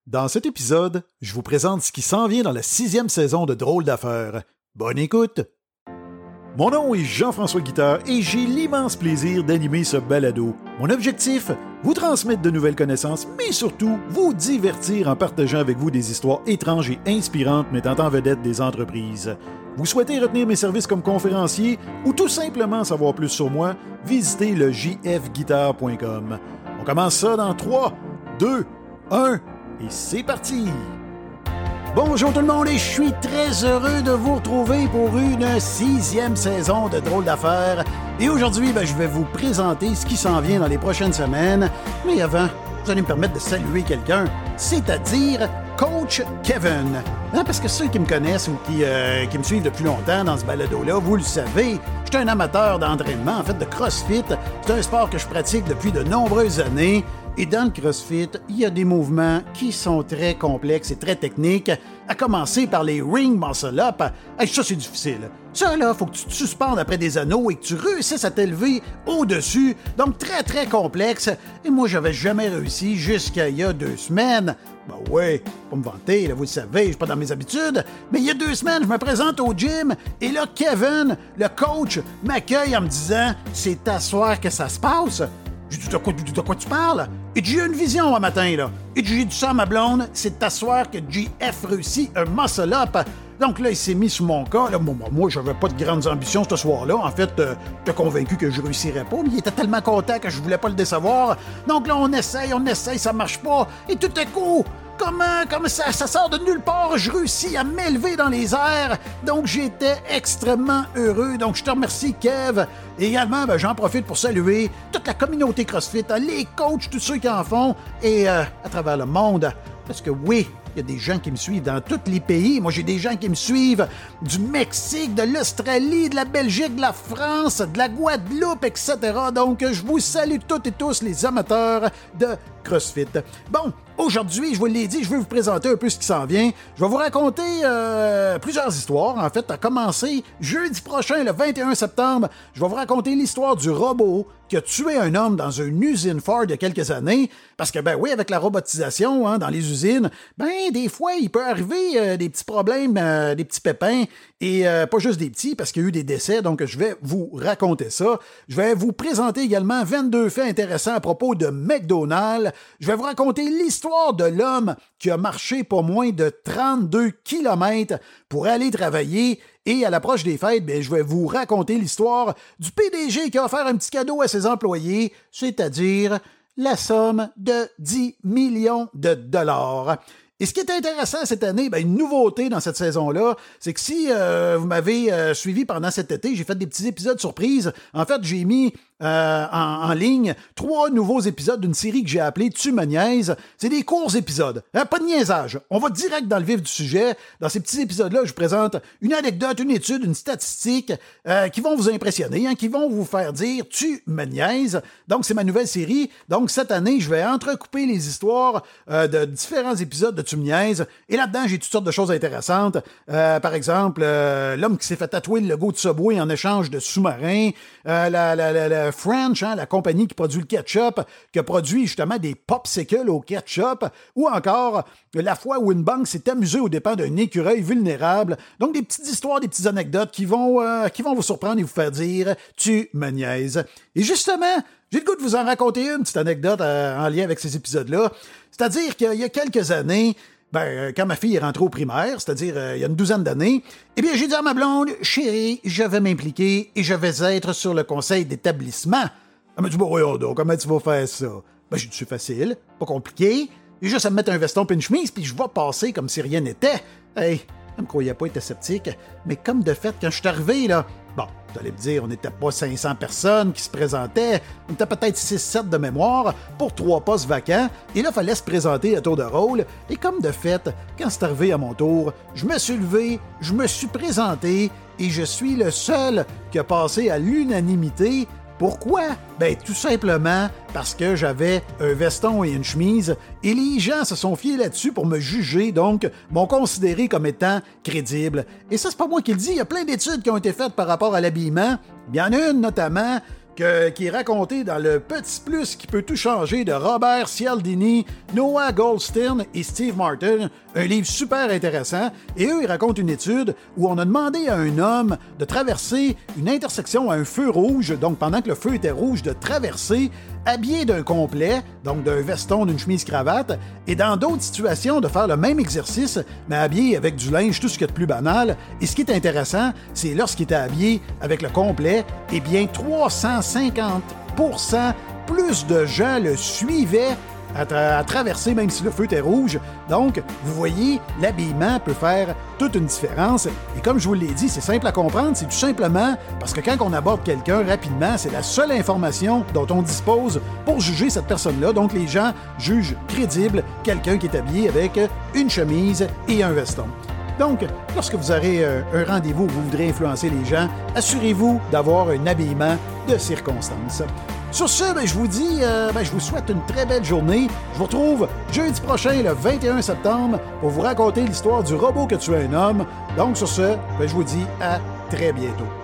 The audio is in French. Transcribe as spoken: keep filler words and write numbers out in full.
Dans cet épisode, je vous présente ce qui s'en vient dans la sixième saison de Drôles d'affaires. Bonne écoute! Mon nom est Jean-François Guitard et j'ai l'immense plaisir d'animer ce balado. Mon objectif, vous transmettre de nouvelles connaissances, mais surtout vous divertir en partageant avec vous des histoires étranges et inspirantes mettant en vedette des entreprises. Vous souhaitez retenir mes services comme conférencier ou tout simplement savoir plus sur moi, visitez le j f guitar point com. On commence ça dans trois, deux, un... Et c'est parti! Bonjour tout le monde et je suis très heureux de vous retrouver pour une sixième saison de Drôles d'affaires. Et aujourd'hui, ben, je vais vous présenter ce qui s'en vient dans les prochaines semaines. Mais avant, vous allez me permettre de saluer quelqu'un, c'est-à-dire Coach Kevin. Hein, parce que ceux qui me connaissent ou qui, euh, qui me suivent depuis longtemps dans ce balado-là, vous le savez, je suis un amateur d'entraînement, en fait de CrossFit. C'est un sport que je pratique depuis de nombreuses années. Et dans le CrossFit, il y a des mouvements qui sont très complexes et très techniques, à commencer par les Ring Muscle Up. Hey, ça, c'est difficile. Ça, là, faut que tu te suspendes après des anneaux et que tu réussisses à t'élever au-dessus. Donc, très, très complexe. Et moi, j'avais jamais réussi jusqu'à il y a deux semaines. Ben ouais, pas me vanter, là, vous le savez, je suis pas dans mes habitudes. Mais il y a deux semaines, je me présente au gym et là, Kevin, le coach, m'accueille en me disant « C'est à soir que ça se passe ». J'ai dit, de quoi, de quoi tu parles? Et j'ai eu une vision un matin, là. Et j'ai dit ça à ma blonde, c'est t'asseoir que J F réussit un muscle-up. Donc là, il s'est mis sous mon cas. Là, moi, moi j'avais pas de grandes ambitions ce soir-là. En fait, euh, j'étais convaincu que je réussirais pas, mais il était tellement content que je voulais pas le décevoir. Donc là, on essaye, on essaye, ça marche pas. Et tout à coup, Comment, comme ça, ça sort de nulle part, je réussis à m'élever dans les airs. Donc, j'étais extrêmement heureux. Donc, je te remercie, Kev. Et également, ben, j'en profite pour saluer toute la communauté CrossFit, les coachs, tous ceux qui en font, et euh, à travers le monde. Parce que oui, il y a des gens qui me suivent dans tous les pays. Moi, j'ai des gens qui me suivent du Mexique, de l'Australie, de la Belgique, de la France, de la Guadeloupe, et cetera. Donc, je vous salue toutes et tous les amateurs de CrossFit. Bon, aujourd'hui, je vous l'ai dit, je vais vous présenter un peu ce qui s'en vient. Je vais vous raconter euh, plusieurs histoires. En fait, à commencer jeudi prochain, le vingt et un septembre, je vais vous raconter l'histoire du robot qui a tué un homme dans une usine Ford il y a quelques années. Parce que, ben oui, avec la robotisation hein, dans les usines, ben des fois, il peut arriver euh, des petits problèmes, euh, des petits pépins, et euh, pas juste des petits, parce qu'il y a eu des décès, donc je vais vous raconter ça. Je vais vous présenter également vingt-deux faits intéressants à propos de McDonald's. Je vais vous raconter l'histoire de l'homme qui a marché pas moins de trente-deux kilomètres pour aller travailler. Et à l'approche des fêtes, bien, je vais vous raconter l'histoire du P D G qui a offert un petit cadeau à ses employés, c'est-à-dire la somme de dix millions de dollars. Et ce qui est intéressant cette année, ben, une nouveauté dans cette saison-là, c'est que si euh, vous m'avez euh, suivi pendant cet été, j'ai fait des petits épisodes surprises. En fait, j'ai mis euh, en, en ligne trois nouveaux épisodes d'une série que j'ai appelée Tu me niaises. C'est des courts épisodes, hein, pas de niaisage. On va direct dans le vif du sujet. Dans ces petits épisodes-là, je vous présente une anecdote, une étude, une statistique euh, qui vont vous impressionner, hein, qui vont vous faire dire Tu me niaises. Donc, c'est ma nouvelle série. Donc, cette année, je vais entrecouper les histoires euh, de différents épisodes de Tu me niaises. Et là-dedans, j'ai toutes sortes de choses intéressantes. Euh, par exemple, euh, l'homme qui s'est fait tatouer le logo de Subway en échange de sous-marins. Euh, la, la, la, la French, hein, la compagnie qui produit le ketchup, qui a produit justement des popsicles au ketchup. Ou encore, la fois où une banque s'est amusée aux dépens d'un écureuil vulnérable. Donc, des petites histoires, des petites anecdotes qui vont, euh, qui vont vous surprendre et vous faire dire « Tu me niaises ». Et justement, j'ai le goût de vous en raconter une petite anecdote euh, en lien avec ces épisodes-là. C'est-à-dire qu'il y a quelques années, ben, quand ma fille est rentrée au primaire, c'est-à-dire euh, il y a une douzaine d'années, eh bien, j'ai dit à ma blonde, chérie, je vais m'impliquer et je vais être sur le conseil d'établissement. Elle m'a dit, bon, voyons donc, comment tu vas faire ça? Ben, j'ai dit, c'est facile, pas compliqué. J'ai juste à me mettre un veston et une chemise, puis je vais passer comme si rien n'était. Hey, elle me croyait pas, elle était sceptique, mais comme de fait, quand je suis arrivé, là, bon, vous allez me dire, on n'était pas cinq cents personnes qui se présentaient, on était peut-être six sept de mémoire pour trois postes vacants, et là, il fallait se présenter à tour de rôle, et comme de fait, quand c'est arrivé à mon tour, je me suis levé, je me suis présenté, et je suis le seul qui a passé à l'unanimité. Pourquoi? Ben, tout simplement parce que j'avais un veston et une chemise et les gens se sont fiés là-dessus pour me juger, donc m'ont considéré comme étant crédible. Et ça, c'est pas moi qui le dis, il y a plein d'études qui ont été faites par rapport à l'habillement. Il y en a une notamment que, qui est raconté dans le Petit Plus qui peut tout changer de Robert Cialdini, Noah Goldstein et Steve Martin. Un livre super intéressant. Et eux, ils racontent une étude où on a demandé à un homme de traverser une intersection à un feu rouge, donc pendant que le feu était rouge, de traverser habillé d'un complet, donc d'un veston, d'une chemise-cravate, et dans d'autres situations, de faire le même exercice, mais habillé avec du linge, tout ce qu'il y a de plus banal. Et ce qui est intéressant, c'est lorsqu'il était habillé avec le complet, eh bien, trois cent cinquante pour cent plus de gens le suivaient à, tra- à traverser, même si le feu était rouge. Donc, vous voyez, l'habillement peut faire toute une différence. Et comme je vous l'ai dit, c'est simple à comprendre, c'est tout simplement parce que quand on aborde quelqu'un rapidement, c'est la seule information dont on dispose pour juger cette personne-là. Donc, les gens jugent crédible quelqu'un qui est habillé avec une chemise et un veston. Donc, lorsque vous aurez euh, un rendez-vous où vous voudrez influencer les gens, assurez-vous d'avoir un habillement de circonstance. Sur ce, ben, je vous dis, euh, ben, je vous souhaite une très belle journée. Je vous retrouve jeudi prochain, le vingt et un septembre, pour vous raconter l'histoire du robot que tue un homme. Donc, sur ce, ben, je vous dis à très bientôt.